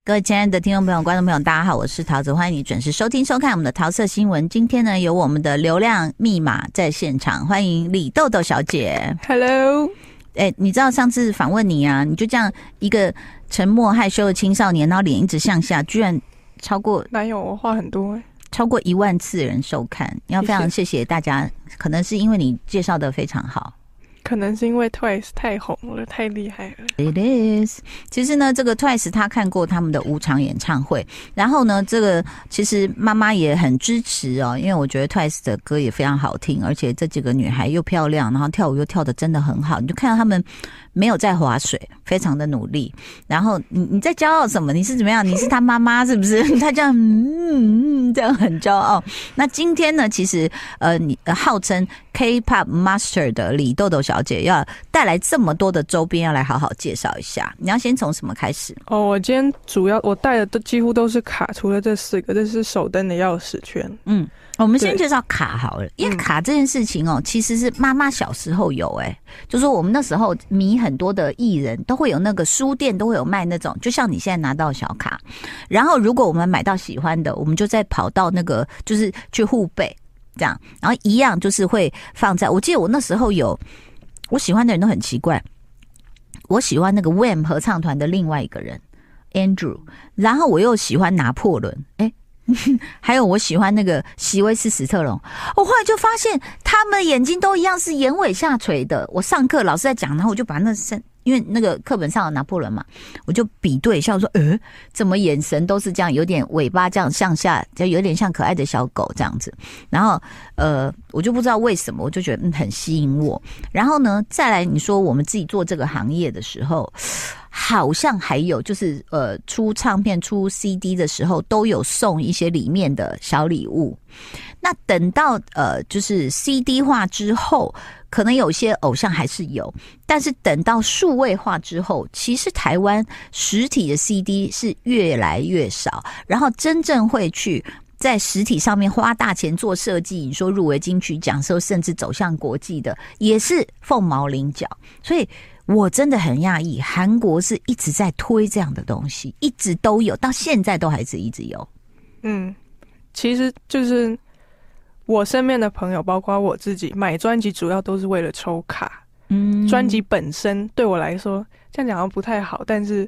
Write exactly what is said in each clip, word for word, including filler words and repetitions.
各位亲爱的听众朋友、观众朋友，大家好，我是陶子，欢迎你准时收听、收看我们的桃色新闻。今天呢，有我们的流量密码在现场，欢迎李豆豆小姐。 Hello， 哎、欸，你知道上次访问你啊，你就这样一个沉默害羞的青少年，然后脸一直向下，居然超过哪有我话很多、欸， 超过一万次人收看，要非常谢谢大家。可能是因为你介绍的非常好。 可能是因为 Twice 太红了，太厉害了。 It is。其实呢，这个 Twice 他看过他们的五场演唱会，然后呢，这个其实妈妈也很支持哦，因为我觉得 Twice 的歌也非常好听，而且这几个女孩又漂亮，然后跳舞又跳得真的很好，你就看到他们没有在划水，非常的努力。然后你你在骄傲什么？你是怎么样？你是他妈妈是不是？他这样嗯嗯这样很骄傲。那今天呢，其实呃，你呃号称 K-pop Master 的李豆豆小姐要带来这么多的周边，要来好好介绍一下。你要先从什么开始？ 哦，我今天主要我带的都几乎都是卡，除了这四个，这是手灯的钥匙圈。 嗯，我们先介绍卡好了，因为卡这件事情哦，其实是妈妈小时候有哎、欸，就说我们那时候迷很多的艺人都会有那个书店都会有卖那种，就像你现在拿到小卡，然后如果我们买到喜欢的，我们就再跑到那个就是去互背。这样，然后一样就是会放在。我记得我那时候有我喜欢的人都很奇怪，我喜欢那个 Wham 合唱团的另外一个人 Andrew， 然后我又喜欢拿破仑，哎，还有我喜欢那个席威斯史特龙。我后来就发现他们的眼睛都一样是眼尾下垂的。我上课老师在讲，然后我就把那身。因为那个课本上有拿破仑嘛，我就比对一下，我说，呃，怎么眼神都是这样，有点尾巴这样向下，就有点像可爱的小狗这样子。然后，呃，我就不知道为什么，我就觉得嗯很吸引我。然后呢，再来你说我们自己做这个行业的时候，好像还有就是呃出唱片、出 C D 的时候，都有送一些里面的小礼物。那等到呃就是 C D 化之后。可能有些偶像还是有，但是等到数位化之后，其实台湾实体的 C D 是越来越少，然后真正会去在实体上面花大钱做设计，你说入围金曲奖时候，甚至走向国际的，也是凤毛麟角。所以我真的很讶异，韩国是一直在推这样的东西，一直都有，到现在都还是一直有。 嗯，其实就是。我身边的朋友，包括我自己，买专辑主要都是为了抽卡。嗯，专辑本身对我来说，这样讲好像不太好，但是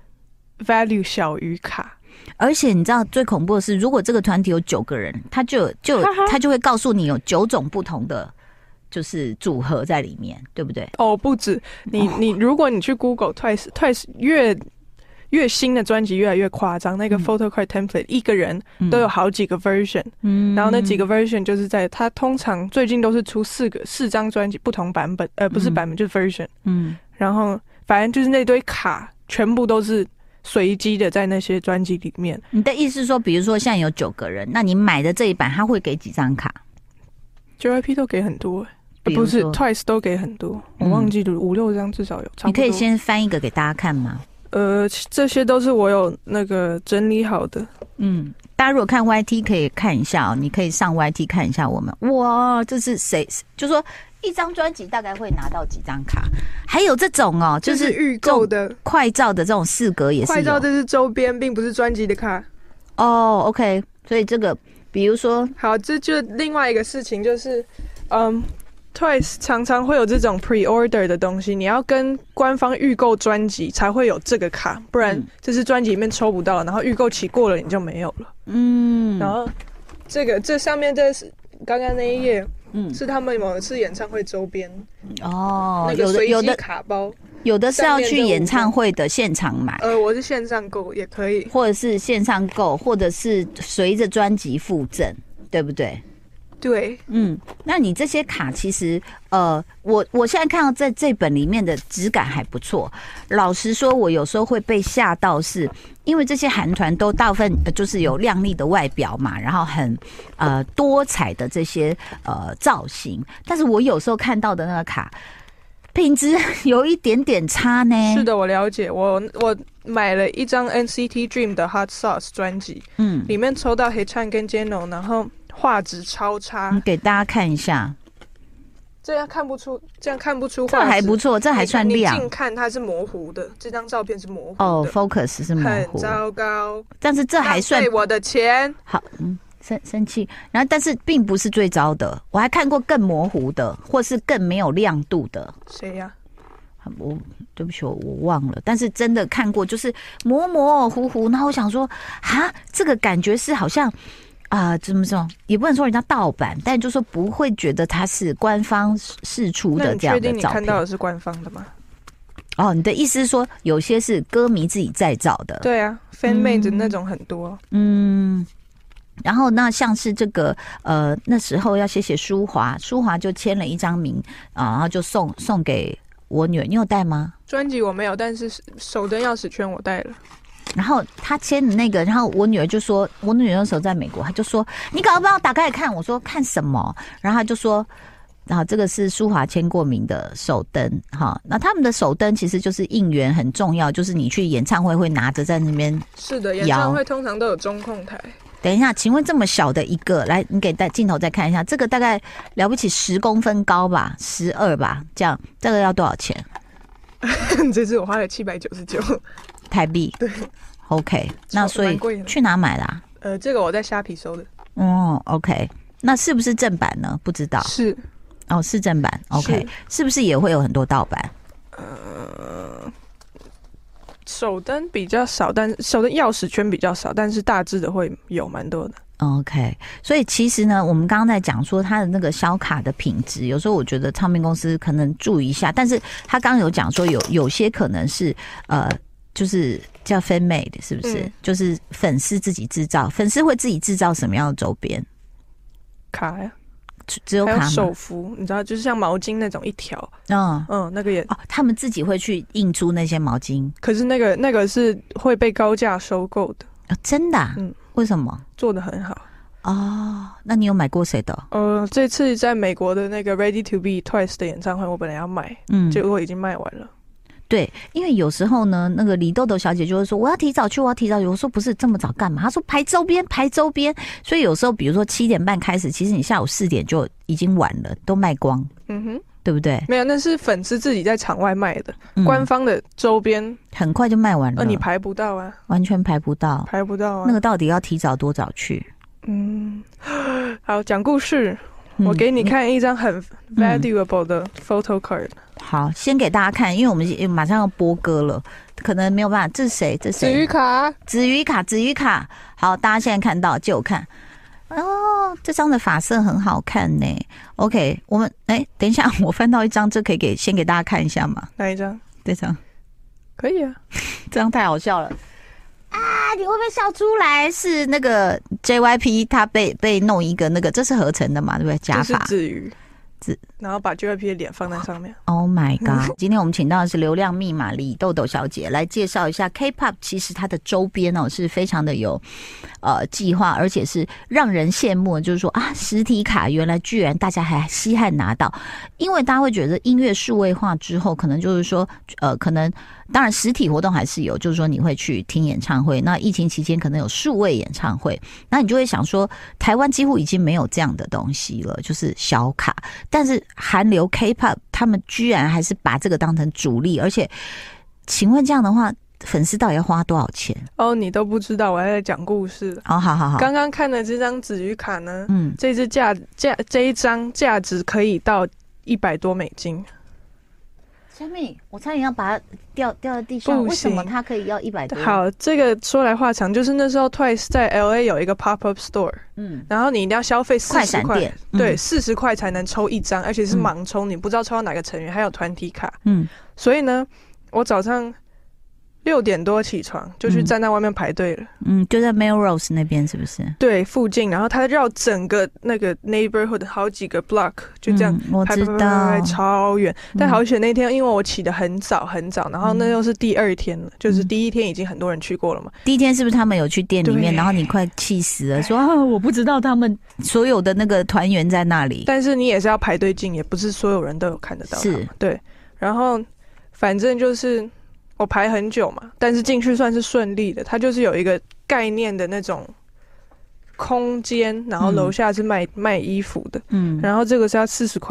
value 小于卡。 而且你知道最恐怖的是，如果这个团体有九个人，他就就他就会告诉你有九种不同的就是组合在里面，对不对？ 哦，不止你你，如果你去 Google Twice Twice 越。越新的专辑越来越夸张，那个 photo card template、嗯、一个人都有好几个 version，、嗯、然后那几个 version 就是在他通常最近都是出四个四张专辑不同版本，呃，不是版本、嗯、就是 version， 嗯，然后反正就是那堆卡全部都是随机的在那些专辑里面。 你的意思是说，比如说现在有九个人，那你买的这一版他会给几张卡 ？J Y P 都给很多、欸呃、不是 Twice 都给很多，我忘记了五六张至少有，差不多。 你可以先翻一个给大家看吗？ 呃，这些都是我有那个整理好的。 嗯，大家如果看 Y T 可以看一下哦，你可以上 Y T 看一下我们。哇，这是谁？就说一张专辑大概会拿到几张卡？还有这种哦，就是预购的快照的这种四格也是有。 快照这是周边，并不是专辑的卡。 哦 ，OK， 所以这个比如说， 好，这就另外一个事情就是，嗯。Twice 常常会有这种 pre-order 的东西，你要跟官方预购专辑才会有这个卡，不然这是专辑里面抽不到，然后预购期过了你就没有了。嗯，然后这个这上面这是刚刚那一页，嗯，是他们某一次演唱会周边哦，那个随机卡包， 有的是要去演唱会的现场买， 呃，我是线上购也可以， 或者是线上购，或者是随着专辑附赠，对不对？ 对， 嗯，那你这些卡其实，呃，我我现在看到在这本里面的质感还不错。老实说，我有时候会被吓到是，是因为这些韩团都大部分就是有亮丽的外表嘛，然后很呃多彩的这些呃造型，但是我有时候看到的那个卡品质有一点点差呢。 是的，我了解，我我买了一张 N C T Dream 的 Hot Sauce 专辑，嗯，里面抽到黑灿跟 Jeno， 然后画质超差， 你给大家看一下， 这样看不出，这样看不出画质。 这还不错，这还算亮。 你近看它是模糊的，这张照片是模糊的。 哦 ，focus 是模糊， 很糟糕。 但是这还算浪费我的钱。 好，嗯，生生气。然后，但是并不是最糟的，我还看过更模糊的，或是更没有亮度的。 谁呀、 啊？我对不起，我我忘了。但是真的看过，就是模模糊糊。然后我想说，哈，这个感觉是好像。啊、呃，怎么说？也不能说人家盗版，但就说不会觉得它是官方释出的这样的照片。那你确定你看到的是官方的吗？ 哦，你的意思是说，有些是歌迷自己再造的？ 对啊 ，fan made 的那种很多。 嗯，然后那像是这个呃，那时候要谢谢舒华，舒华就签了一张名啊，然后就送送给我女儿。你有带吗？ 专辑我没有，但是手灯钥匙圈我带了。 然后他签的那个，然后我女儿就说，我女儿那时候在美国，她就说你赶快帮我打开来看。我说看什么？然后她就说，然后这个是舒华签过名的手灯哈。那他们的手灯其实就是应援很重要，就是你去演唱会会拿着在那边。 是的，演唱会通常都有中控台。 等一下，请问这么小的一个，来，你给带镜头再看一下，这个大概了不起十公分高吧，十二吧，这样这个要多少钱？ 这次我花了七百九十九台币。 对。 OK， 那所以去哪买啦、啊？ 呃，这个我在虾皮收的。 哦 ，OK， 那是不是正版呢？不知道。 是， 哦，是正版。OK， 是, 是不是也会有很多盗版？ 呃，手灯比较少，但手灯钥匙圈比较少，但是大致的会有蛮多的。 OK， 所以其实呢，我们刚刚在讲说它的那个小卡的品质，有时候我觉得唱片公司可能注意一下，但是他刚刚有讲说有有些可能是呃。就是叫 fan made 是不是、嗯、就是粉丝自己制造，粉丝会自己制造什么样的周边？ 卡呀， 只有卡吗？ 还有手幅，你知道就是像毛巾那种一条。 嗯嗯，那个也哦，他们自己会去印出那些毛巾， 可是那个那个是会被高价收购的、 哦、真的、啊、嗯，为什么？ 做得很好哦。那你有买过谁的？ 呃，这次在美国的那个 Ready to Be Twice 的演唱会，我本来要买，嗯，结果已经卖完了。 对，因为有时候呢，那个李豆豆小姐就会说我要提早去，我要提早去。我说不是这么早干嘛？她说排周边，排周边。所以有时候，比如说七点半开始，其实你下午四点就已经晚了，都卖光。嗯哼，对不对？ 没有，那是粉丝自己在场外卖的，嗯、官方的周边很快就卖完了。 呃，你排不到啊， 完全排不到， 排不到啊。 那个到底要提早多早去？ 嗯，好，讲故事。我给你看一张很 valuable 的 photo card、嗯。 好，先给大家看，因为我们马上要播歌了，可能没有办法。这是谁？这是谁？ 子瑜卡， 子瑜卡，子瑜卡。好，大家现在看到，借我看。哦，这张的发色很好看呢。OK， 我们哎，等一下，我翻到一张，这可以给先给大家看一下吗？ 哪一张？ 这张可以啊， 这张太好笑了。啊！你会不会笑出来？是那个 J Y P 他被被弄一个那个，这是合成的嘛？对不对？假发， 这是子瑜，子，然后把 J Y P 的脸放在上面。 Oh my god！ 今天我们请到的是流量密码李豆豆小姐来介绍一下 K-pop， 其实它的周边哦是非常的有呃计划，而且是让人羡慕，就是说啊，实体卡原来居然大家还稀罕拿到，因为大家会觉得音乐数位化之后，可能就是说呃可能。当然实体活动还是有，就是说你会去听演唱会，那疫情期间可能有数位演唱会，那你就会想说台湾几乎已经没有这样的东西了，就是小卡，但是韩流 K-pop 他们居然还是把这个当成主力，而且请问这样的话粉丝到底要花多少钱？ 哦，你都不知道，我还在讲故事。 哦，好好好。 刚刚看的这张子瑜卡呢，嗯，这支价价这一张价值可以到一百多美金。 小米，我差点要把它掉掉在地上，为什么它可以要一百多？ 好，这个说来话长，就是那时候 Twice 在 L A 有一个 pop up store， 嗯，然后你一定要消费四十块，对，四十块才能抽一张，而且是盲抽，嗯、你不知道抽到哪个成员，还有团体卡，嗯，所以呢，我早上六点多起床就去站在外面排队了， 嗯，就在 Melrose 那边是不是？ 对，附近，然后他绕整个那个 neighborhood 好几个 block， 就这样排排排排超远。但好险那天因为我起得很早很早，然后那又是第二天了，就是第一天已经很多人去过了嘛。 第一天是不是他们有去店里面，然后你快气死了，说啊我不知道他们所有的那个团员在那里。 但是你也是要排队进，也不是所有人都有看得到。 是， 对，然后反正就是。我排很久嘛，但是进去算是顺利的。它就是有一个概念的那种空间，然后楼下是卖、嗯、卖衣服的，嗯，然后这个是要四十块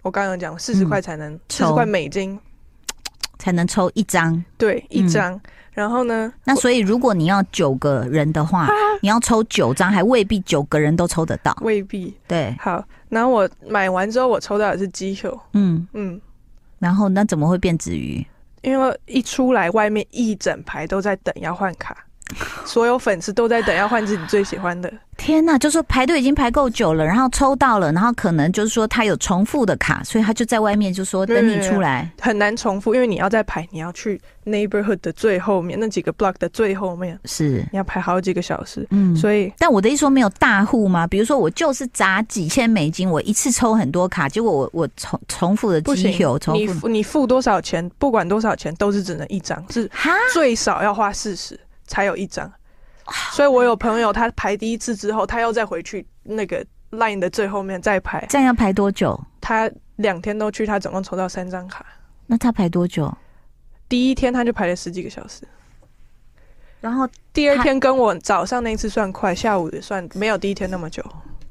我刚刚有讲四十块才能四十块美金才能抽一张， 对，一张。嗯，然后呢？ 那所以如果你要九个人的话，你要抽九张，还未必九个人都抽得到。 未必。 对。 好，然后我买完之后，我抽到的是鸡球。嗯嗯。然后那怎么会变子瑜？ 因为一出来，外面一整排都在等要换卡，所有粉丝都在等要换自己最喜欢的。 天哪！就说排队已经排够久了，然后抽到了，然后可能就是说他有重复的卡，所以他就在外面就说等你出来。 很难重复，因为你要再排，你要去 neighborhood 的最后面那几个 block 的最后面， 是你要排好几个小时。嗯，所以但我的意思说没有大户吗？比如说我就是砸几千美金，我一次抽很多卡，结果我我重重复的机油，重复你你付多少钱，不管多少钱都是只能一张，是最少要花四十才有一张。所以我有朋友他排第一次之后，他又再回去那个 line 的最后面再排， 这样要排多久？ 他两天都去，他总共抽到三张卡。 那他排多久？ 第一天他就排了十几个小时， 然后第二天跟我早上那一次算快，下午也算没有第一天那么久。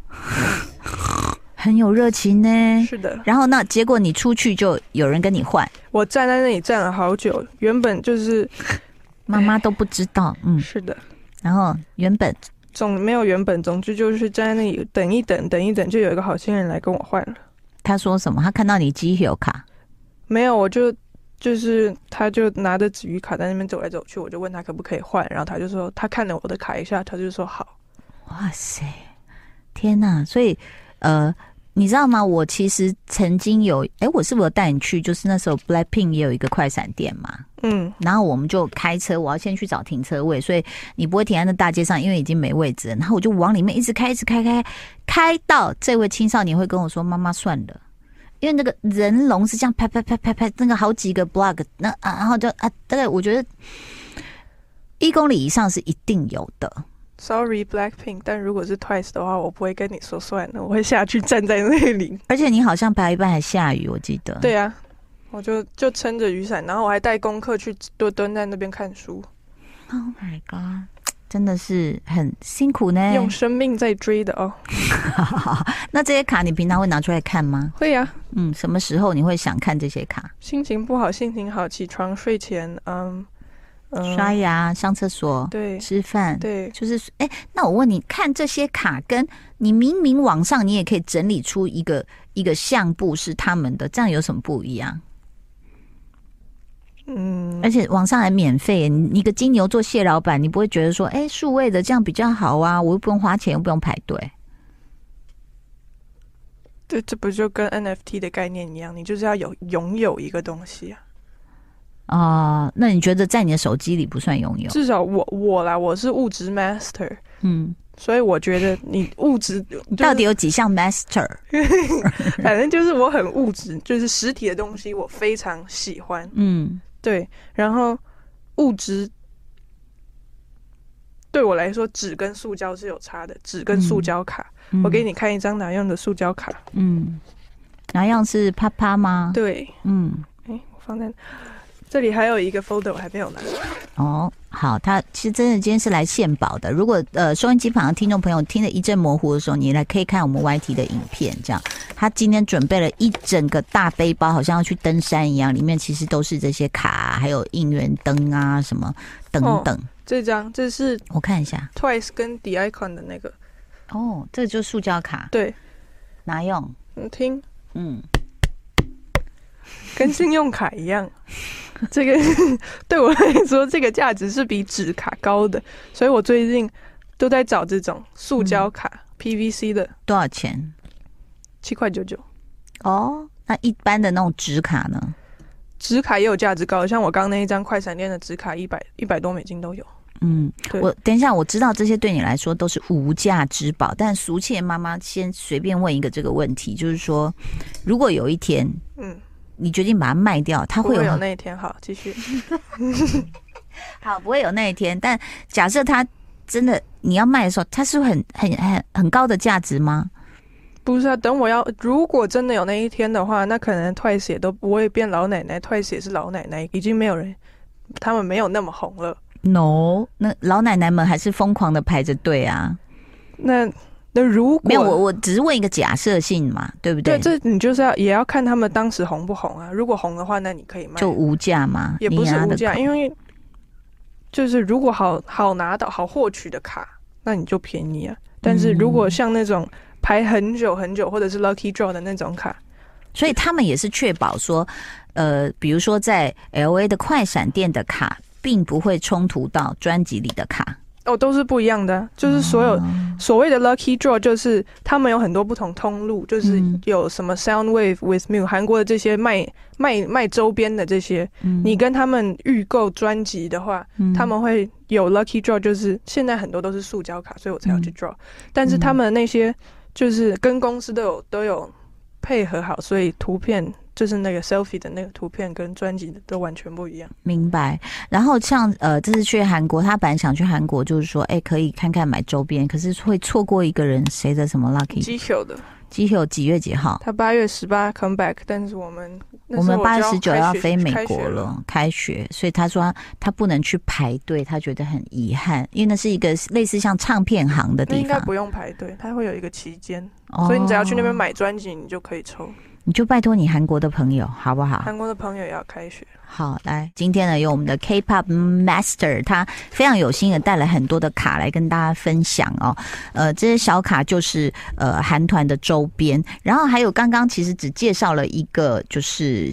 很有热情呢。 是的。 然后那结果你出去就有人跟你换， 我站在那里站了好久，原本就是妈妈都不知道。嗯， 是的。 然后原本总没有原本，总之就是站在那里等一等，等一等，就有一个好心人来跟我换了。 他说什么？他看到你机油卡？ 没有，我就就是他就拿着纸鱼卡在那边走来走去，我就问他可不可以换，然后他就说他看了我的卡一下，他就说好。 哇塞，天哪！所以呃。你知道吗？我其实曾经有，哎，我是不是有带你去？就是那时候 Blackpink 也有一个快闪店嘛，嗯，然后我们就开车，我要先去找停车位，所以你不会停在那大街上，因为已经没位置了。然后我就往里面一直开，一直开，开，开到这位青少年会跟我说：“妈妈，算了。”因为那个人龙是这样拍拍拍拍拍，那个好几个 block， 那啊，然后就啊，大概我觉得一公里以上是一定有的。 Sorry Blackpink， 但如果是 Twice 的话，我不会跟你说算了，我会下去站在那里。 而且你好像排一半还下雨，我记得。 对啊，我就就撑着雨伞，然后我还带功课去蹲蹲在那边看书。 Oh my god， 真的是很辛苦呢， 用生命在追的哦。 那这些卡你平常会拿出来看吗？ 会啊。 嗯，什么时候你会想看这些卡？ 心情不好，心情好，起床睡前，嗯。 嗯、刷牙、上厕所、 对， 吃饭， 对， 就是哎，那我问你，看这些卡，跟你明明网上你也可以整理出一个一个相簿是他们的，这样有什么不一样？嗯，而且网上还免费，你一个金牛座谢老板，你不会觉得说，哎，数位的这样比较好啊？我又不用花钱，又不用排队。 对，这不就跟 N F T 的概念一样？你就是要有拥有一个东西啊。 啊、呃，那你觉得在你的手机里不算拥有？ 至少我我啦，我是物质 master， 嗯，所以我觉得你物质、就是、 到底有几项 master？ 反正就是我很物质，就是实体的东西我非常喜欢，嗯，对。然后物质对我来说，纸跟塑胶是有差的，纸跟塑胶卡、嗯，我给你看一张哪样的塑胶卡，嗯， 哪样是啪啪吗？ 对，嗯，哎、欸，我放在。这里还有一个 folder 我还没有拿。 哦，好，他其实真的今天是来献宝的。如果呃收音机旁的听众朋友听得一阵模糊的时候，你来可以看我们 Y T 的影片，这样。他今天准备了一整个大背包，hao像要去登山一样，里面其实都是这些卡，还有应援灯啊什么等等。哦、 这张这是我看一下 Twice 跟 The Icon 的那个。 哦，这就是塑胶卡。 对， 拿用？ 你听，嗯，跟信用卡一样。这个对我来说，这个价值是比纸卡高的，所以我最近都在找这种塑胶卡、嗯、P V C 的。 多少钱？ 七块九九。哦， 那一般的那种纸卡呢？ 纸卡也有价值高，像我刚刚那一张快闪店的纸卡，一百一百多美金都有。 嗯，我等一下，我知道这些对你来说都是无价之宝，但俗气的妈妈先随便问一个这个问题，就是说，如果有一天，嗯。你决定把它卖掉，它会有, 不会有那一天。好，继续。 好，不会有那一天。但假设它真的你要卖的时候，它是很很很很高的价值吗？ 不是啊，等我要如果真的有那一天的话，那可能 Twice 也都不会变老奶奶 ，Twice 也是老奶奶，已经没有人，他们没有那么红了。 No， 那老奶奶们还是疯狂的排着队啊。 那那如果没有，我我只是问一个假设性嘛，对不对？ 对，这你就是要也要看他们当时红不红啊。如果红的话，那你可以卖， 就无价嘛， 也不是无价，因为为就是如果好好拿到、好获取的卡，那你就便宜啊。但是如果像那种排很久很久，或者是 Lucky Draw 的那种卡， 所以他们也是确保说，呃，比如说在 L A 的快闪店的卡，并不会冲突到专辑里的卡。 哦，都是不一样的啊，就是所有、哦、所谓的 Lucky Draw， 就是他们有很多不同通路，就是有什么 Soundwave with Mew， 韩国的这些卖卖卖周边的这些、嗯，你跟他们预购专辑的话、嗯，他们会有 Lucky Draw， 就是现在很多都是塑胶卡，所以我才要去 draw，、嗯、但是他们那些就是跟公司都有都有配合好，所以图片。就是那个 selfie 的那个图片跟专辑的都完全不一样。明白。 然后像呃，这次去韩国，他本来想去韩国，就是说，哎、欸，可以看看买周边，可是会错过一个人，谁的什么 lucky？ 基秀的。 基秀几月几号？ 他八月十八 come back， 但是我们我们八月十九要飞美国了，开学，所以他说 他, 他不能去排队，他觉得很遗憾，因为那是一个类似像唱片行的地方。 应该不用排队，他会有一个期间、哦，所以你只要去那边买专辑，你就可以抽。 你就拜托你韩国的朋友好不好？ 韩国的朋友也要开学。 好，来，今天呢有我们的 K-pop Master， 他非常有心的带来很多的卡来跟大家分享哦。呃，这些小卡就是呃韩团的周边，然后还有刚刚其实只介绍了一个就是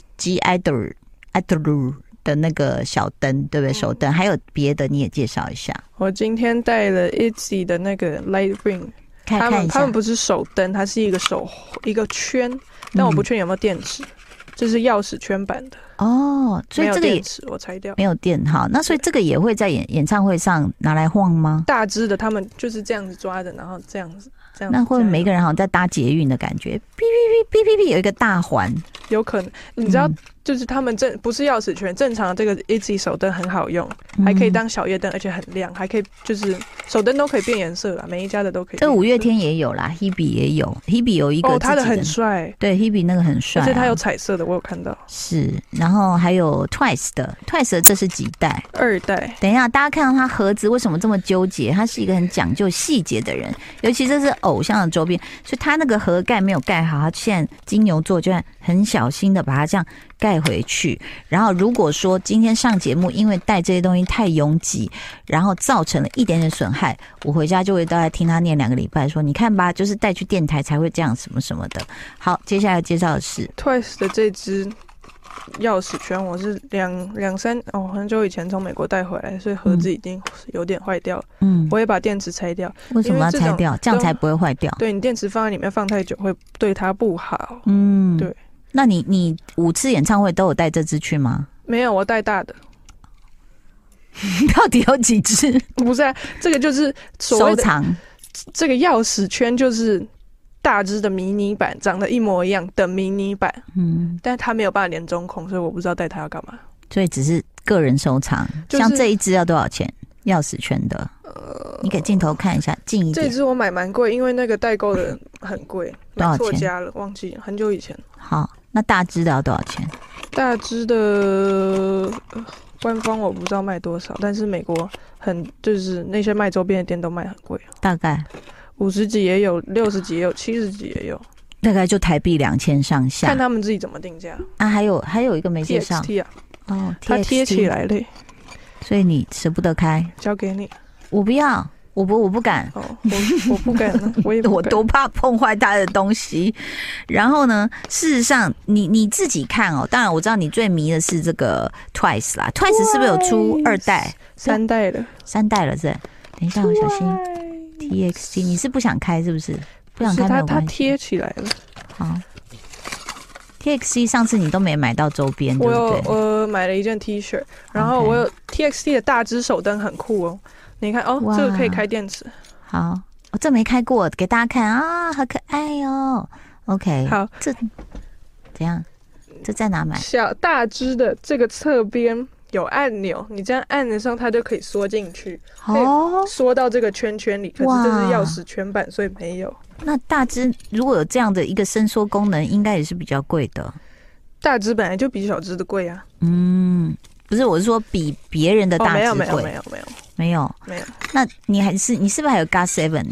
G Idol Idol 的那个小灯，对不对？手灯、嗯，还有别的你也介绍一下。 我今天带了 I T Z Y 的那个 Light Ring。他们他们不是手灯，它是一个手一个圈，但我不确定有没有电池，这、嗯、是钥匙圈版的哦，所以这个也我拆掉没有电哈，那所以这个也会在演演唱会上拿来晃吗？ 大只的他们就是这样子抓着，然后这样子这样子， 那会每个人好像在搭捷运的感觉，哔哔哔哔哔哔，有一个大环， 有可能你知道。嗯，就是他们正不是钥匙圈，正常的这个 I T Z Y 手灯很好用，还可以当小夜灯，而且很亮，还可以就是手灯都可以变颜色啦，每一家的都可以。 这五月天也有啦 ，Hebe 也有 ，Hebe 有一个哦，他的很帅， 对 Hebe 那个很帅、啊， 而且他有彩色的，我有看到。 是，然后还有 Twice 的 ，Twice 的这是几代？ 二代。 等一下，大家看到他盒子为什么这么纠结？他是一个很讲究细节的人，尤其这是偶像的周边，所以他那个盒盖没有盖好，他现在金牛座就很小心的把它这样盖回去。然后如果说今天上节目因为带这些东西太拥挤，然后造成了一点点损害，我回家就会大概听他念两个礼拜说你看吧，就是带去电台才会这样什么什么的。好，接下来介绍的是 Twice 的这支钥匙圈，我是两两三哦很久以前从美国带回来，所以盒子已经有点坏掉了。嗯，我也把电池拆掉。 为什么要拆掉？这样才不会坏掉。 对，你电池放在里面放太久会对它不好。 嗯， 对。 那你你五次演唱会都有带这支去吗？ 没有，我带大的。 到底有几支？ 不是、啊，这个就是所谓的收藏。 这个钥匙圈就是大支的迷你版，长得一模一样的迷你版。嗯，但它没有办法连中控，所以我不知道带它要干嘛。 所以只是个人收藏。就是、像这一支要多少钱？钥匙圈的，呃，你给镜头看一下，近一点。 这支我买蛮贵，因为那个代购的很贵，买错家了，忘记很久以前。 好，那大支的要多少钱？ 大支的、呃、官方我不知道卖多少，但是美国很就是那些卖周边的店都卖很贵， 大概五十几也有，六十几也有，七十几也有， 大概就台币两千上下， 看他们自己怎么定价啊。还有还有一个没介绍 T X T 啊， 哦， 它贴起来了， 所以你舍不得开， 交给你， 我不要。我不，我不敢， 哦、我我不敢，我也不敢我多怕碰坏他的东西。然后呢，事实上，你你自己看哦。当然，我知道你最迷的是这个 Twice 啦。Twice 是不是有出二代、 三代了？ 三代了是？等一下，我小心。T X T， 你是不想开是不是？不想开没有关系。 它它贴起来了。 好。T X T 上次你都没买到周边，对不对？ 我有我买了一件 T 恤，然后我有 T X T 的大只手灯，很酷哦。你看哦，这个可以开电池。 好，我、哦、这没开过，给大家看啊，好可爱哦。OK， 好， 这怎样？这在哪买？ 小大只的这个侧边有按钮，你这样按的时候，它就可以缩进去，哦，缩到这个圈圈里。可是这是钥匙圈版，所以没有。 那大只如果有这样的一个伸缩功能，应该也是比较贵的。 大只本来就比小只的贵啊。 嗯。不是，我是说比别人的大只贵、哦。 没有没有没有没有没有没有。 那你还是你是不是还有 G O T 七 的？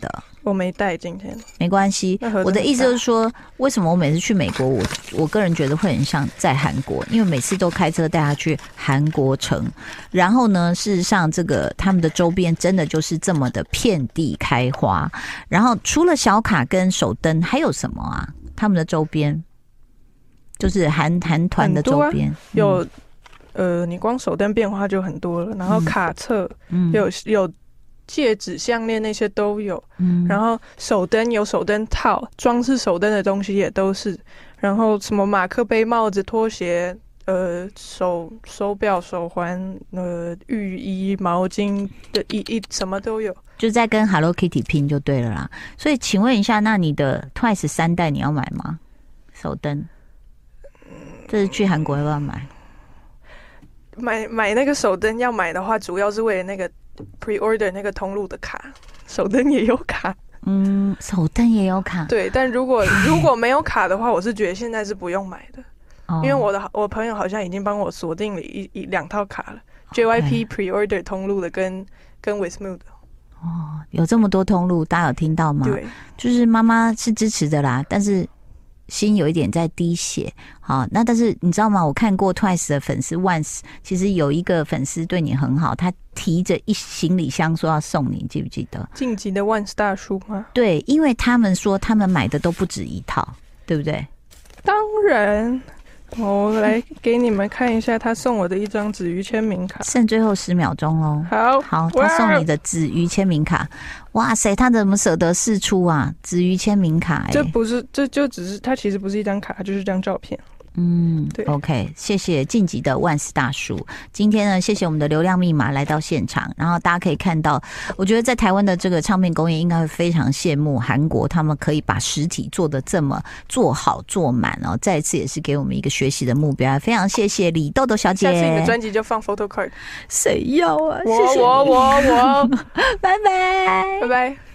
我没带今天， 没关系。我的意思就是说，为什么我每次去美国，我我个人觉得会很像在韩国，因为每次都开车带他去韩国城，然后呢，事实上这个他们的周边真的就是这么的遍地开花。然后除了小卡跟手灯，还有什么啊？他们的周边就是韩韩团的周边、啊、 有、嗯、呃，你光手灯变化就很多了，然后卡册、嗯、有有。戒指、项链那些都有，嗯，然后手灯有手灯套，装饰手灯的东西也都是，然后什么马克杯、帽子、拖鞋，呃，手手表、手环，呃，浴衣、毛巾的一一什么都有， 就在跟 Hello Kitty 拼就对了啦。所以，请问一下，那你的 Twice 三代你要买吗？手灯，这是去韩国要不要买？ 买买那个手灯要买的话，主要是为了那个。pre-order 那个通路的卡，手灯也有卡， 嗯，手灯也有卡， 对，但如果如果没有卡的话，我是觉得现在是不用买的，哦、因为我的我朋友好像已经帮我锁定了一一两套卡了 ，J Y P pre-order 通路的跟跟 Wismo 的。 哦，有这么多通路，大家有听到吗？ 对， 就是妈妈是支持的啦，但是心有一点在滴血。好，那但是你知道吗？我看过 Twice 的粉丝 Once， 其实有一个粉丝对你很好，他提着一行李箱说要送你，记不记得？ 晋级的 Once 大叔吗？ 对，因为他们说他们买的都不止一套，对不对？ 当然。我来给你们看一下他送我的一张子瑜签名卡， 剩最后十秒钟喽。 好， 好，他送你的子瑜签名卡，哇塞，他怎么舍得释出啊？子瑜签名卡、欸， 这不是，这就只是，它其实不是一张卡，它就是一张照片。 嗯，对 ，OK， 谢谢晋级的万斯大叔。今天呢，谢谢我们的流量密码来到现场，然后大家可以看到，我觉得在台湾的这个唱片工业应该会非常羡慕韩国，他们可以把实体做得这么做好做满哦。再一次也是给我们一个学习的目标，非常谢谢李豆豆小姐。 下次你的专辑就放 photo card， 谁要啊？ 我我我我， 拜拜， 拜拜。